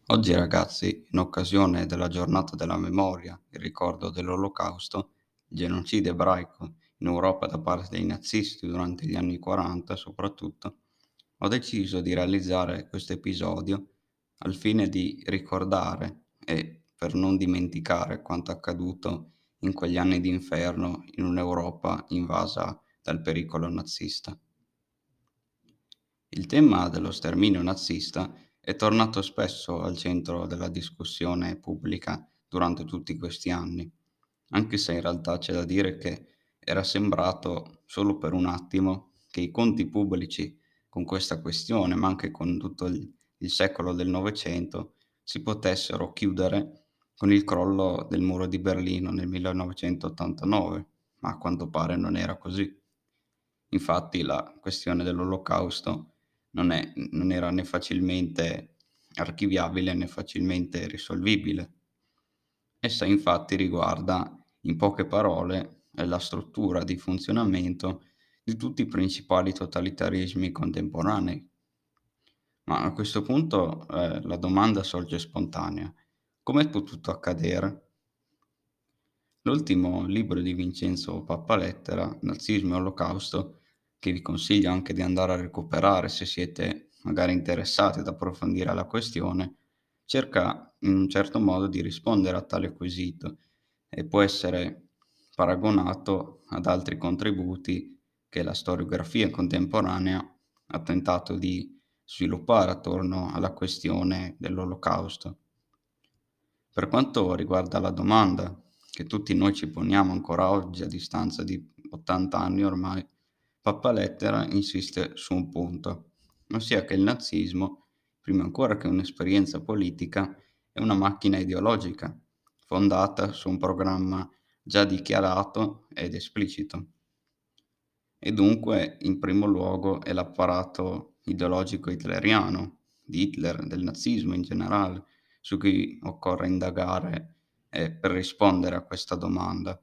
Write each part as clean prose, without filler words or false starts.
Oggi ragazzi, in occasione della giornata della memoria, il ricordo dell'Olocausto, il genocidio ebraico in Europa da parte dei nazisti durante gli anni '40 soprattutto, ho deciso di realizzare questo episodio al fine di ricordare e per non dimenticare quanto accaduto in quegli anni di inferno in un'Europa invasa dal pericolo nazista. Il tema dello sterminio nazista è tornato spesso al centro della discussione pubblica durante tutti questi anni, anche se in realtà c'è da dire che era sembrato solo per un attimo che i conti pubblici con questa questione, ma anche con tutto il secolo del Novecento, si potessero chiudere con il crollo del muro di Berlino nel 1989, ma a quanto pare non era così. Infatti la questione dell'Olocausto non era né facilmente archiviabile né facilmente risolvibile. Essa infatti riguarda, in poche parole, la struttura di funzionamento di tutti i principali totalitarismi contemporanei. Ma a questo punto, la domanda sorge spontanea: com'è potuto accadere? L'ultimo libro di Vincenzo Pappalettera, Nazismo e Olocausto, che vi consiglio anche di andare a recuperare se siete magari interessati ad approfondire la questione, cerca in un certo modo di rispondere a tale quesito e può essere paragonato ad altri contributi che la storiografia contemporanea ha tentato di sviluppare attorno alla questione dell'Olocausto. Per quanto riguarda la domanda che tutti noi ci poniamo ancora oggi a distanza di 80 anni ormai, Pappalettera insiste su un punto, ossia che il nazismo, prima ancora che un'esperienza politica, è una macchina ideologica, fondata su un programma già dichiarato ed esplicito. E dunque, in primo luogo, è l'apparato ideologico hitleriano, di Hitler, del nazismo in generale, su cui occorre indagare, per rispondere a questa domanda.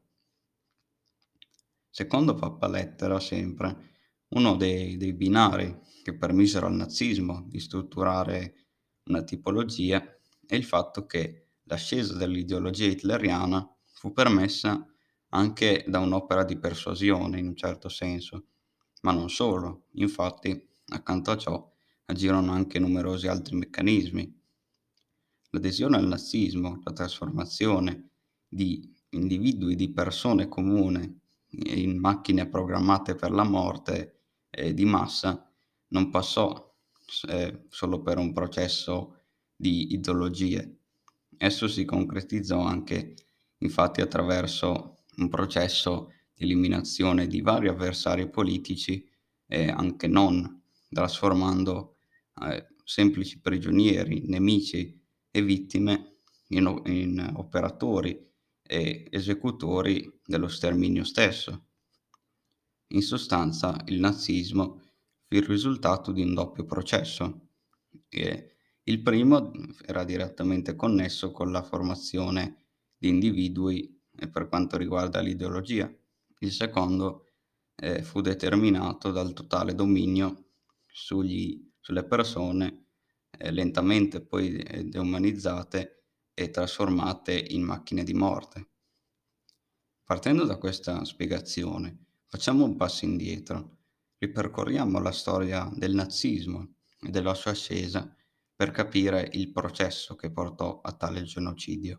Secondo Pappalettera sempre, uno dei binari che permisero al nazismo di strutturare una tipologia è il fatto che l'ascesa dell'ideologia hitleriana fu permessa anche da un'opera di persuasione in un certo senso, ma non solo. Infatti, accanto a ciò, agirono anche numerosi altri meccanismi. L'adesione al nazismo, la trasformazione di individui, di persone comune in macchine programmate per la morte, di massa, non passò solo per un processo di ideologie. Esso si concretizzò anche, infatti, attraverso un processo di eliminazione di vari avversari politici e anche non, trasformando, semplici prigionieri, nemici e vittime in operatori e esecutori dello sterminio stesso. In sostanza, il nazismo fu il risultato di un doppio processo. Il primo era direttamente connesso con la formazione di individui per quanto riguarda l'ideologia. Il secondo fu determinato dal totale dominio sulle persone, lentamente poi deumanizzate e trasformate in macchine di morte. Partendo da questa spiegazione, facciamo un passo indietro, ripercorriamo la storia del nazismo e della sua ascesa per capire il processo che portò a tale genocidio.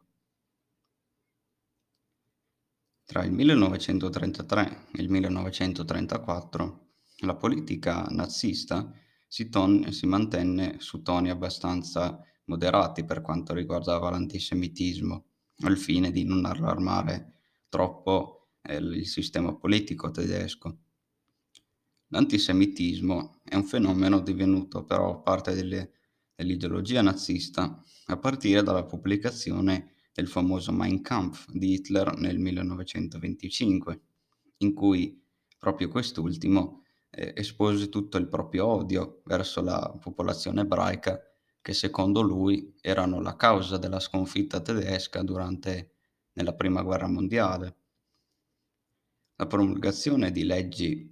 Tra il 1933 e il 1934 la politica nazista si mantenne su toni abbastanza moderati per quanto riguardava l'antisemitismo, al fine di non allarmare troppo il sistema politico tedesco. L'antisemitismo è un fenomeno divenuto però parte dell'ideologia nazista a partire dalla pubblicazione del famoso Mein Kampf di Hitler nel 1925, in cui proprio quest'ultimo espose tutto il proprio odio verso la popolazione ebraica che secondo lui erano la causa della sconfitta tedesca nella prima guerra mondiale. La promulgazione di leggi,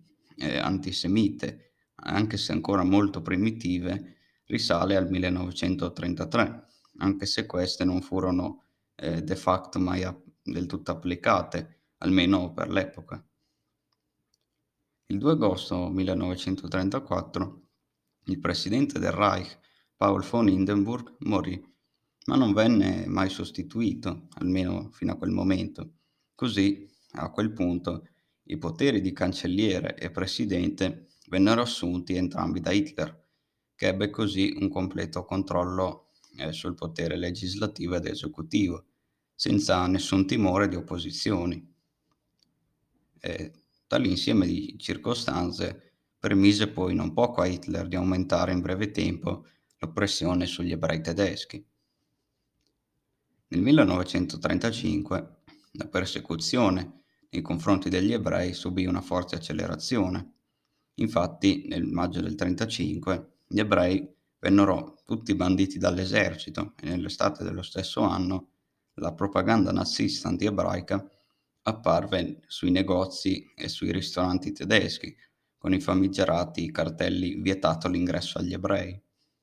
antisemite, anche se ancora molto primitive, risale al 1933, anche se queste non furono, de facto mai del tutto applicate, almeno per l'epoca. Il 2 agosto 1934 il presidente del Reich, Paul von Hindenburg, morì, ma non venne mai sostituito, almeno fino a quel momento. Così, a quel punto, i poteri di cancelliere e presidente vennero assunti entrambi da Hitler, che ebbe così un completo controllo, sul potere legislativo ed esecutivo, senza nessun timore di opposizioni. Tale insieme di circostanze permise poi non poco a Hitler di aumentare in breve tempo l'oppressione sugli ebrei tedeschi. Nel 1935 la persecuzione nei confronti degli ebrei subì una forte accelerazione. Infatti, nel maggio del 1935 gli ebrei vennero tutti banditi dall'esercito e nell'estate dello stesso anno la propaganda nazista anti-ebraica apparve sui negozi e sui ristoranti tedeschi, con i famigerati cartelli "Vietato l'ingresso agli ebrei".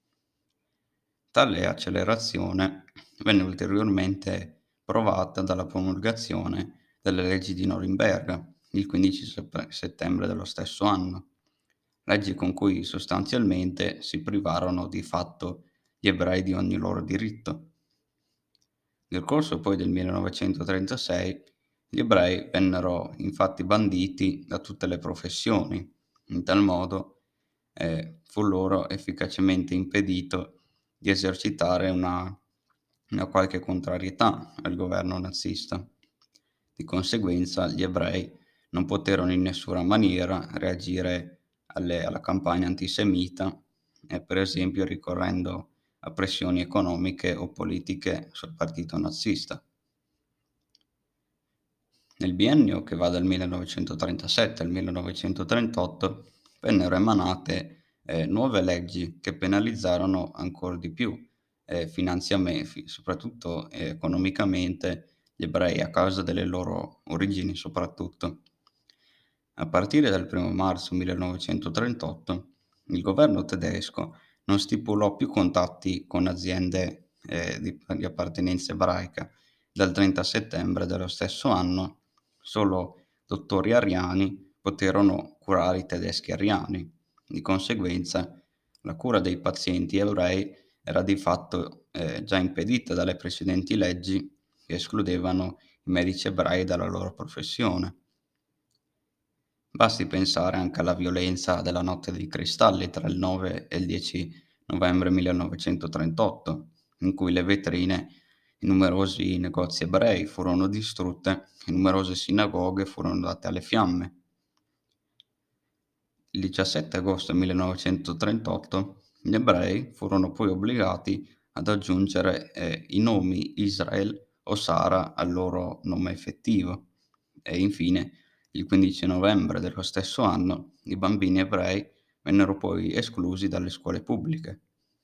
Tale accelerazione venne ulteriormente provata dalla promulgazione delle leggi di Norimberga il 15 settembre dello stesso anno, leggi con cui sostanzialmente si privarono di fatto gli ebrei di ogni loro diritto. Nel corso poi del 1936 gli ebrei vennero infatti banditi da tutte le professioni, in tal modo fu loro efficacemente impedito di esercitare una qualche contrarietà al governo nazista. Di conseguenza gli ebrei non poterono in nessuna maniera reagire alla campagna antisemita, per esempio ricorrendo a pressioni economiche o politiche sul partito nazista. Nel biennio che va dal 1937 al 1938 vennero emanate nuove leggi che penalizzarono ancor di più soprattutto economicamente, gli ebrei a causa delle loro origini soprattutto. A partire dal 1 marzo 1938 il governo tedesco non stipulò più contatti con aziende di appartenenza ebraica. Dal 30 settembre dello stesso anno solo dottori ariani poterono curare i tedeschi ariani. Di conseguenza la cura dei pazienti ebrei era di fatto già impedita dalle precedenti leggi che escludevano i medici ebrei dalla loro professione. Basti pensare anche alla violenza della Notte dei Cristalli tra il 9 e il 10 novembre 1938, in cui le vetrine di numerosi negozi ebrei furono distrutte e numerose sinagoghe furono date alle fiamme. Il 17 agosto 1938 gli ebrei furono poi obbligati ad aggiungere i nomi Israel o Sara al loro nome effettivo e infine il 15 novembre dello stesso anno i bambini ebrei vennero poi esclusi dalle scuole pubbliche.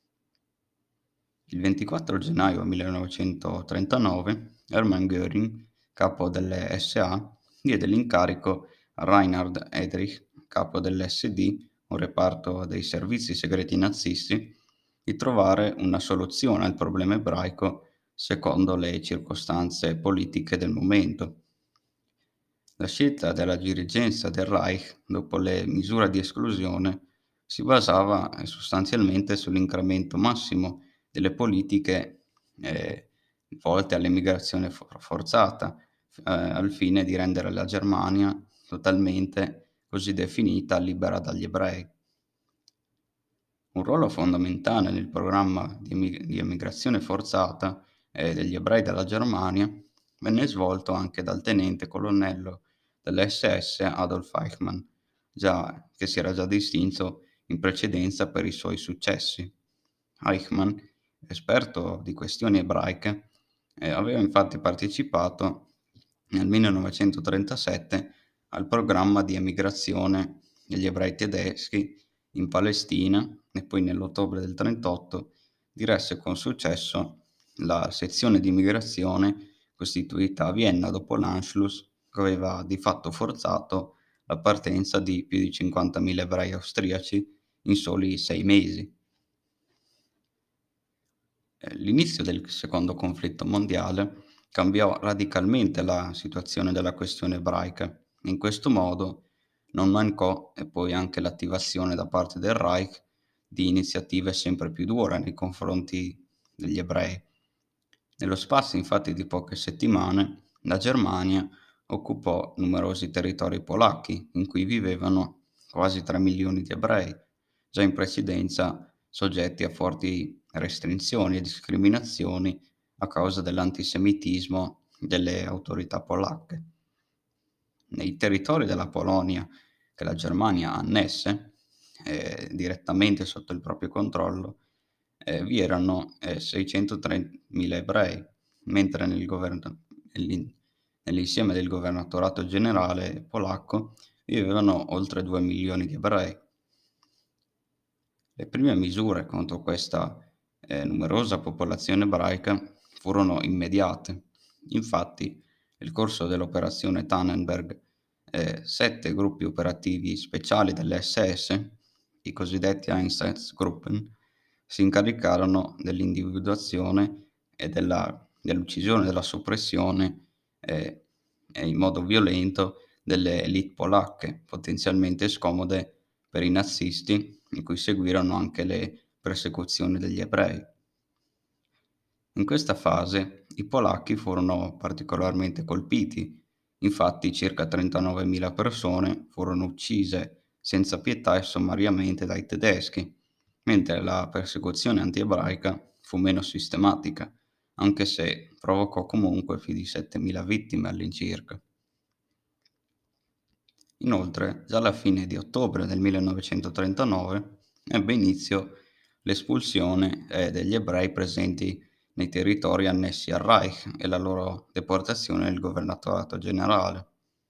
Il 24 gennaio 1939 Hermann Göring, capo delle SA, diede l'incarico a Reinhard Heydrich, capo dell'SD, un reparto dei servizi segreti nazisti, di trovare una soluzione al problema ebraico secondo le circostanze politiche del momento. La scelta della dirigenza del Reich dopo le misure di esclusione si basava sostanzialmente sull'incremento massimo delle politiche volte all'immigrazione forzata, al fine di rendere la Germania totalmente così definita libera dagli ebrei. Un ruolo fondamentale nel programma di emigrazione forzata degli ebrei dalla Germania venne svolto anche dal tenente colonnello dell'SS Adolf Eichmann, che si era già distinto in precedenza per i suoi successi. Eichmann, esperto di questioni ebraiche, aveva infatti partecipato nel 1937 al programma di emigrazione degli ebrei tedeschi in Palestina e poi nell'ottobre del 1938 diresse con successo la sezione di immigrazione costituita a Vienna dopo l'Anschluss, che aveva di fatto forzato la partenza di più di 50.000 ebrei austriaci in soli 6 mesi. L'inizio del secondo conflitto mondiale cambiò radicalmente la situazione della questione ebraica. In questo modo non mancò, e poi anche l'attivazione da parte del Reich di iniziative sempre più dure nei confronti degli ebrei. Nello spazio infatti di poche settimane, la Germania occupò numerosi territori polacchi in cui vivevano quasi 3 milioni di ebrei, già in precedenza soggetti a forti restrizioni e discriminazioni a causa dell'antisemitismo delle autorità polacche. Nei territori della Polonia che la Germania annesse, direttamente sotto il proprio controllo, vi erano 603.000 ebrei, mentre nell'in- nell'insieme del governatorato generale polacco vivevano oltre 2 milioni di ebrei. Le prime misure contro questa numerosa popolazione ebraica furono immediate. Infatti, nel corso dell'operazione Tannenberg, 7 gruppi operativi speciali dell'SS, i cosiddetti Einsatzgruppen, si incaricarono dell'individuazione e dell'uccisione e della soppressione in modo violento delle élite polacche, potenzialmente scomode per i nazisti, in cui seguirono anche le persecuzioni degli ebrei. In questa fase i polacchi furono particolarmente colpiti, infatti circa 39.000 persone furono uccise senza pietà e sommariamente dai tedeschi, mentre la persecuzione anti-ebraica fu meno sistematica, anche se provocò comunque più di 7.000 vittime all'incirca. Inoltre, già alla fine di ottobre del 1939 ebbe inizio l'espulsione degli ebrei presenti nei territori annessi al Reich e la loro deportazione nel governatorato generale.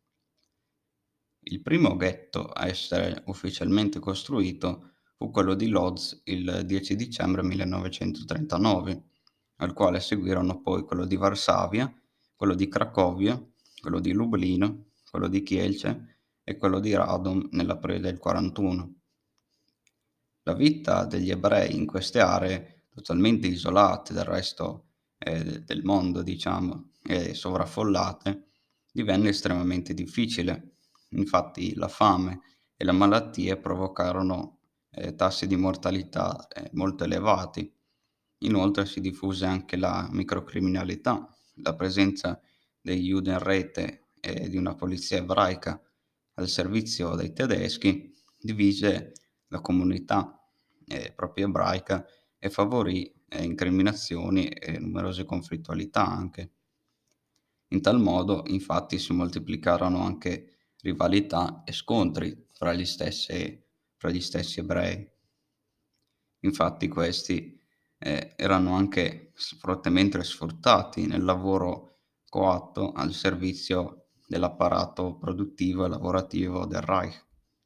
Il primo ghetto a essere ufficialmente costruito fu quello di Lodz il 10 dicembre 1939, al quale seguirono poi quello di Varsavia, quello di Cracovia, quello di Lublino, quello di Kielce e quello di Radom nell'aprile del 41. La vita degli ebrei in queste aree, totalmente isolate dal resto del mondo, diciamo, e sovraffollate, divenne estremamente difficile. Infatti la fame e le malattie provocarono tassi di mortalità molto elevati. Inoltre si diffuse anche la microcriminalità, la presenza dei Judenräte e di una polizia ebraica al servizio dei tedeschi divise la comunità proprio ebraica e favorì incriminazioni e numerose conflittualità anche. In tal modo, infatti, si moltiplicarono anche rivalità e scontri fra gli stessi ebrei. Infatti questi erano anche fortemente sfruttati nel lavoro coatto al servizio dell'apparato produttivo e lavorativo del Reich.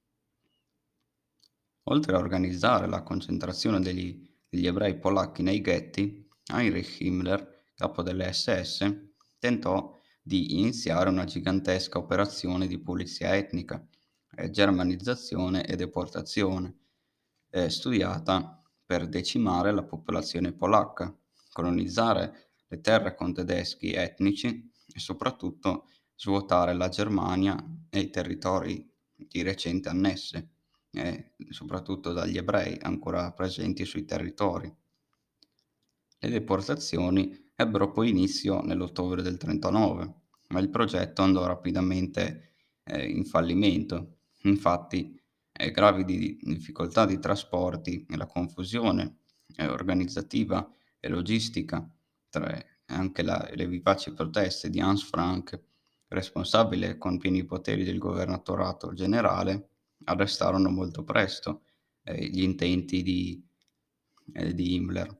Oltre a organizzare la concentrazione degli ebrei polacchi nei ghetti, Heinrich Himmler, capo delle SS, tentò di iniziare una gigantesca operazione di pulizia etnica, germanizzazione e deportazione, studiata per decimare la popolazione polacca, colonizzare le terre con tedeschi etnici e soprattutto svuotare la Germania e i territori di recente annesse soprattutto dagli ebrei ancora presenti sui territori. Le deportazioni ebbero poi inizio nell'ottobre del 39, ma il progetto andò rapidamente in fallimento. Infatti, gravi difficoltà di trasporti e la confusione organizzativa e logistica, tra anche le vivaci proteste di Hans Frank, responsabile con pieni poteri del governatorato generale, arrestarono molto presto gli intenti di Himmler.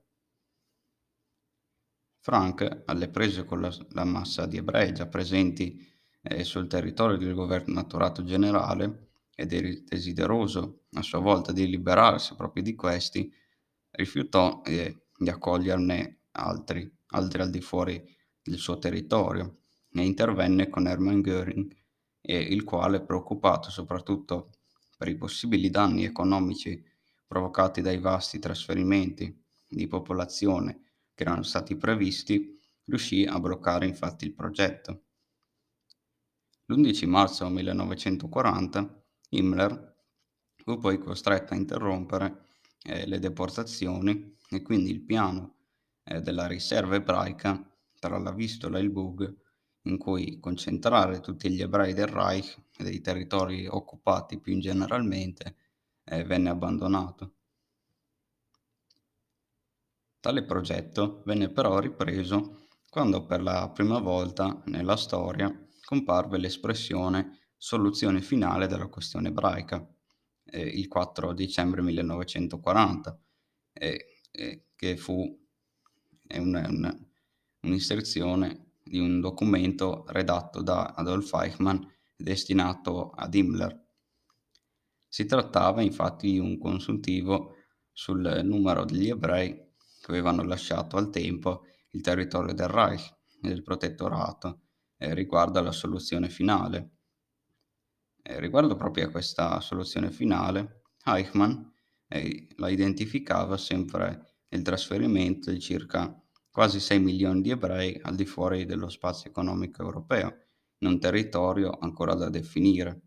Frank, alle prese con la massa di ebrei già presenti sul territorio del governatorato generale ed desideroso a sua volta di liberarsi proprio di questi, rifiutò di accoglierne altri al di fuori del suo territorio e intervenne con Hermann Göring, il quale, preoccupato soprattutto per i possibili danni economici provocati dai vasti trasferimenti di popolazione che erano stati previsti, riuscì a bloccare infatti il progetto. L'11 marzo 1940 Himmler fu poi costretto a interrompere le deportazioni e quindi il piano della riserva ebraica tra la Vistola e il Bug, in cui concentrare tutti gli ebrei del Reich e dei territori occupati più generalmente, venne abbandonato. Tale progetto venne però ripreso quando per la prima volta nella storia comparve l'espressione soluzione finale della questione ebraica, il 4 dicembre 1940, che fu un'inserzione di un documento redatto da Adolf Eichmann destinato ad Himmler. Si trattava infatti di un consuntivo sul numero degli ebrei che avevano lasciato al tempo il territorio del Reich e del protettorato, riguardo alla soluzione finale. Riguardo proprio a questa soluzione finale, Eichmann la identificava sempre nel trasferimento di circa quasi 6 milioni di ebrei al di fuori dello spazio economico europeo, in un territorio ancora da definire.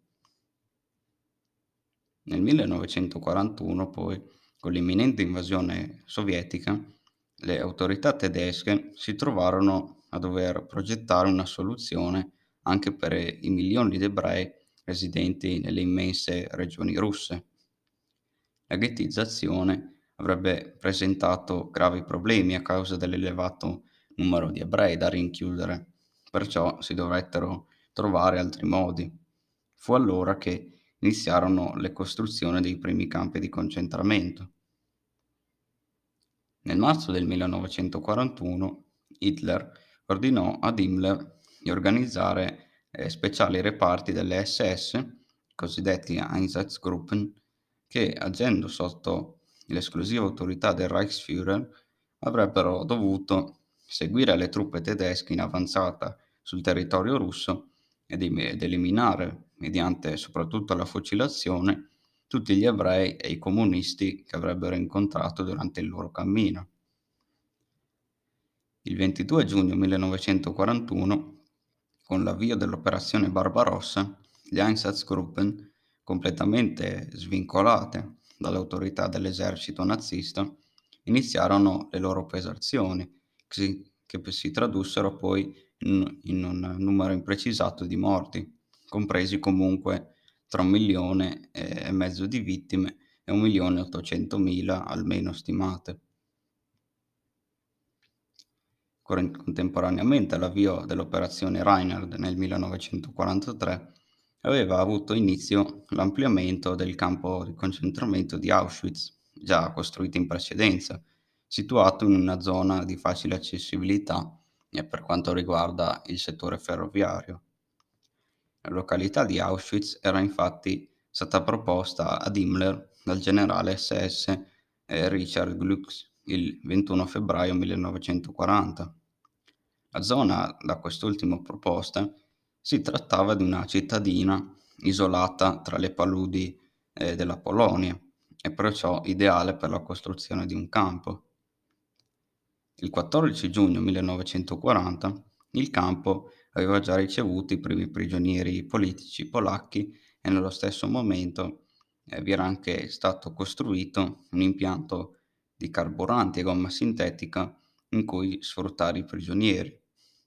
Nel 1941 poi, con l'imminente invasione sovietica, le autorità tedesche si trovarono a dover progettare una soluzione anche per i milioni di ebrei residenti nelle immense regioni russe. La ghettizzazione avrebbe presentato gravi problemi a causa dell'elevato numero di ebrei da rinchiudere, perciò si dovettero trovare altri modi. Fu allora che iniziarono le costruzioni dei primi campi di concentramento. Nel marzo del 1941 Hitler ordinò ad Himmler di organizzare speciali reparti delle SS, cosiddetti Einsatzgruppen, che, agendo sotto l'esclusiva autorità del Reichsführer, avrebbero dovuto seguire le truppe tedesche in avanzata sul territorio russo ed eliminare, mediante soprattutto la fucilazione, tutti gli ebrei e i comunisti che avrebbero incontrato durante il loro cammino. Il 22 giugno 1941, con l'avvio dell'operazione Barbarossa, le Einsatzgruppen, completamente svincolate dall'autorità dell'esercito nazista, iniziarono le loro operazioni, che si tradussero poi in un numero imprecisato di morti, compresi comunque tra 1,5 milioni di vittime e 1.800.000 almeno stimate. Contemporaneamente all'avvio dell'operazione Reinhard nel 1943 aveva avuto inizio l'ampliamento del campo di concentramento di Auschwitz, già costruito in precedenza, situato in una zona di facile accessibilità per quanto riguarda il settore ferroviario. La località di Auschwitz era infatti stata proposta ad Himmler dal generale SS Richard Glücks il 21 febbraio 1940. La zona da quest'ultimo proposta si trattava di una cittadina isolata tra le paludi della Polonia e perciò ideale per la costruzione di un campo. Il 14 giugno 1940 il campo aveva già ricevuto i primi prigionieri politici polacchi e nello stesso momento vi era anche stato costruito un impianto di carburanti e gomma sintetica in cui sfruttare i prigionieri.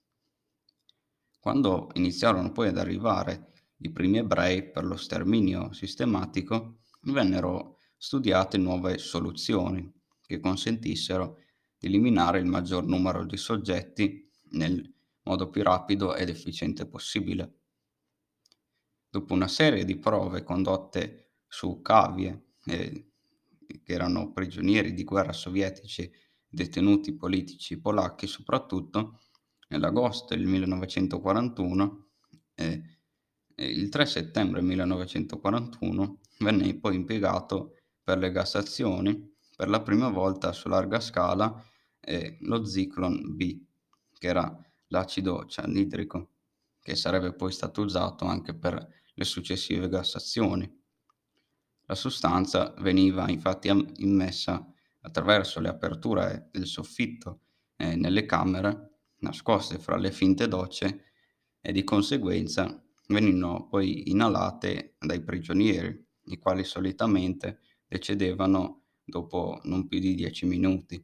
Quando iniziarono poi ad arrivare i primi ebrei per lo sterminio sistematico, vennero studiate nuove soluzioni che consentissero di eliminare il maggior numero di soggetti nel modo più rapido ed efficiente possibile. Dopo una serie di prove condotte su cavie, che erano prigionieri di guerra sovietici, detenuti politici polacchi soprattutto, nell'agosto del 1941 e il 3 settembre 1941 venne poi impiegato per le gassazioni per la prima volta su larga scala lo Zyklon B, che era l'acido cianidrico, che sarebbe poi stato usato anche per le successive gassazioni. La sostanza veniva infatti immessa attraverso le aperture del soffitto nelle camere nascoste fra le finte docce e di conseguenza venivano poi inalate dai prigionieri, i quali solitamente decedevano dopo non più di 10 minuti.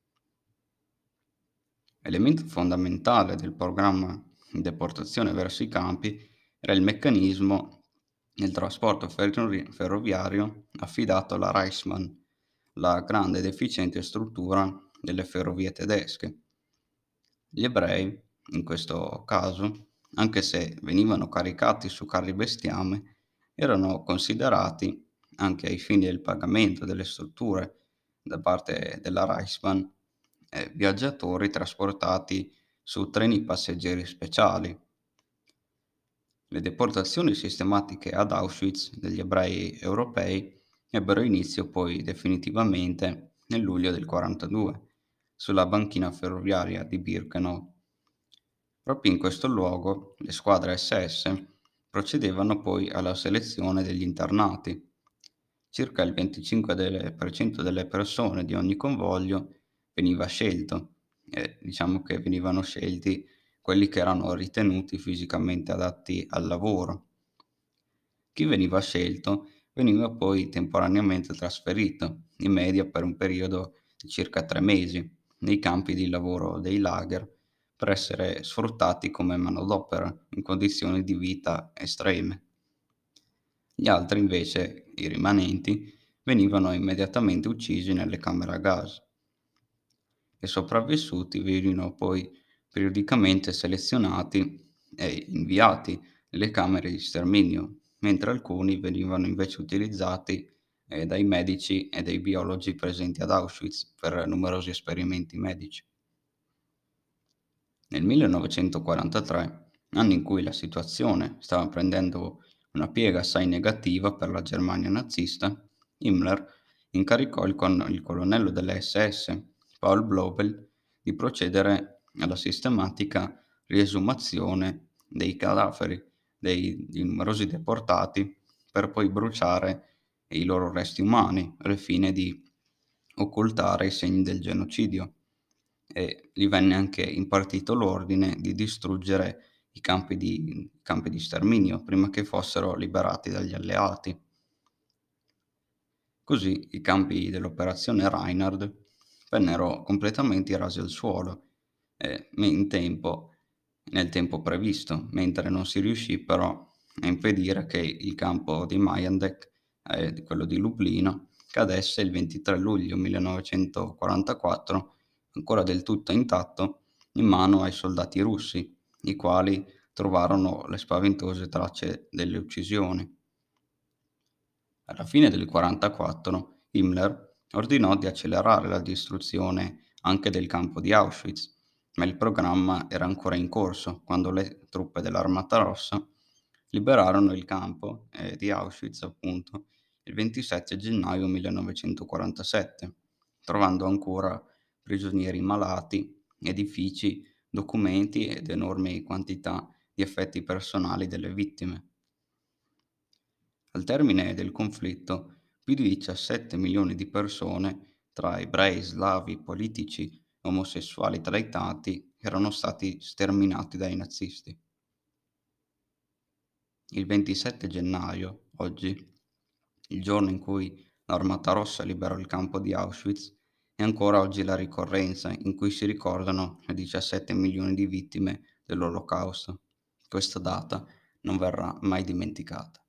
Elemento fondamentale del programma di deportazione verso i campi era il meccanismo del trasporto ferroviario affidato alla Reichsbahn, la grande ed efficiente struttura delle ferrovie tedesche. Gli ebrei, in questo caso, anche se venivano caricati su carri bestiame, erano considerati, anche ai fini del pagamento delle strutture da parte della Reichsbahn, viaggiatori trasportati su treni passeggeri speciali. Le deportazioni sistematiche ad Auschwitz degli ebrei europei ebbero inizio poi definitivamente nel luglio del 42, sulla banchina ferroviaria di Birkenau. Proprio in questo luogo le squadre SS procedevano poi alla selezione degli internati. Circa il 25% delle persone di ogni convoglio veniva scelto, e diciamo che venivano scelti quelli che erano ritenuti fisicamente adatti al lavoro. Chi veniva scelto veniva poi temporaneamente trasferito, in media per un periodo di circa 3 mesi, nei campi di lavoro dei lager per essere sfruttati come manodopera in condizioni di vita estreme. Gli altri invece, i rimanenti, venivano immediatamente uccisi nelle camere a gas. I sopravvissuti venivano poi periodicamente selezionati e inviati nelle camere di sterminio, mentre alcuni venivano invece utilizzati dai medici e dai biologi presenti ad Auschwitz per numerosi esperimenti medici. Nel 1943, anno in cui la situazione stava prendendo una piega assai negativa per la Germania nazista, Himmler incaricò il colonnello delle SS, Paul Blobel, di procedere alla sistematica riesumazione dei cadaveri di numerosi deportati per poi bruciare i loro resti umani al fine di occultare i segni del genocidio, e gli venne anche impartito l'ordine di distruggere i campi di sterminio prima che fossero liberati dagli alleati. Così i campi dell'operazione Reinhard vennero completamente rasi al suolo nel tempo previsto, mentre non si riuscì però a impedire che il campo di Majdanek, quello di Lublino, cadesse il 23 luglio 1944, ancora del tutto intatto, in mano ai soldati russi, i quali trovarono le spaventose tracce delle uccisioni. Alla fine del 44 Himmler ordinò di accelerare la distruzione anche del campo di Auschwitz, ma il programma era ancora in corso quando le truppe dell'Armata Rossa liberarono il campo di Auschwitz, appunto, il 27 gennaio 1947, trovando ancora prigionieri malati, edifici, documenti ed enormi quantità di effetti personali delle vittime. Al termine del conflitto, più di 17 milioni di persone, tra ebrei, slavi, politici e omosessuali traitati, erano stati sterminati dai nazisti. Il 27 gennaio, oggi, il giorno in cui l'Armata Rossa liberò il campo di Auschwitz, è ancora oggi la ricorrenza in cui si ricordano le 17 milioni di vittime dell'Olocausto. Questa data non verrà mai dimenticata.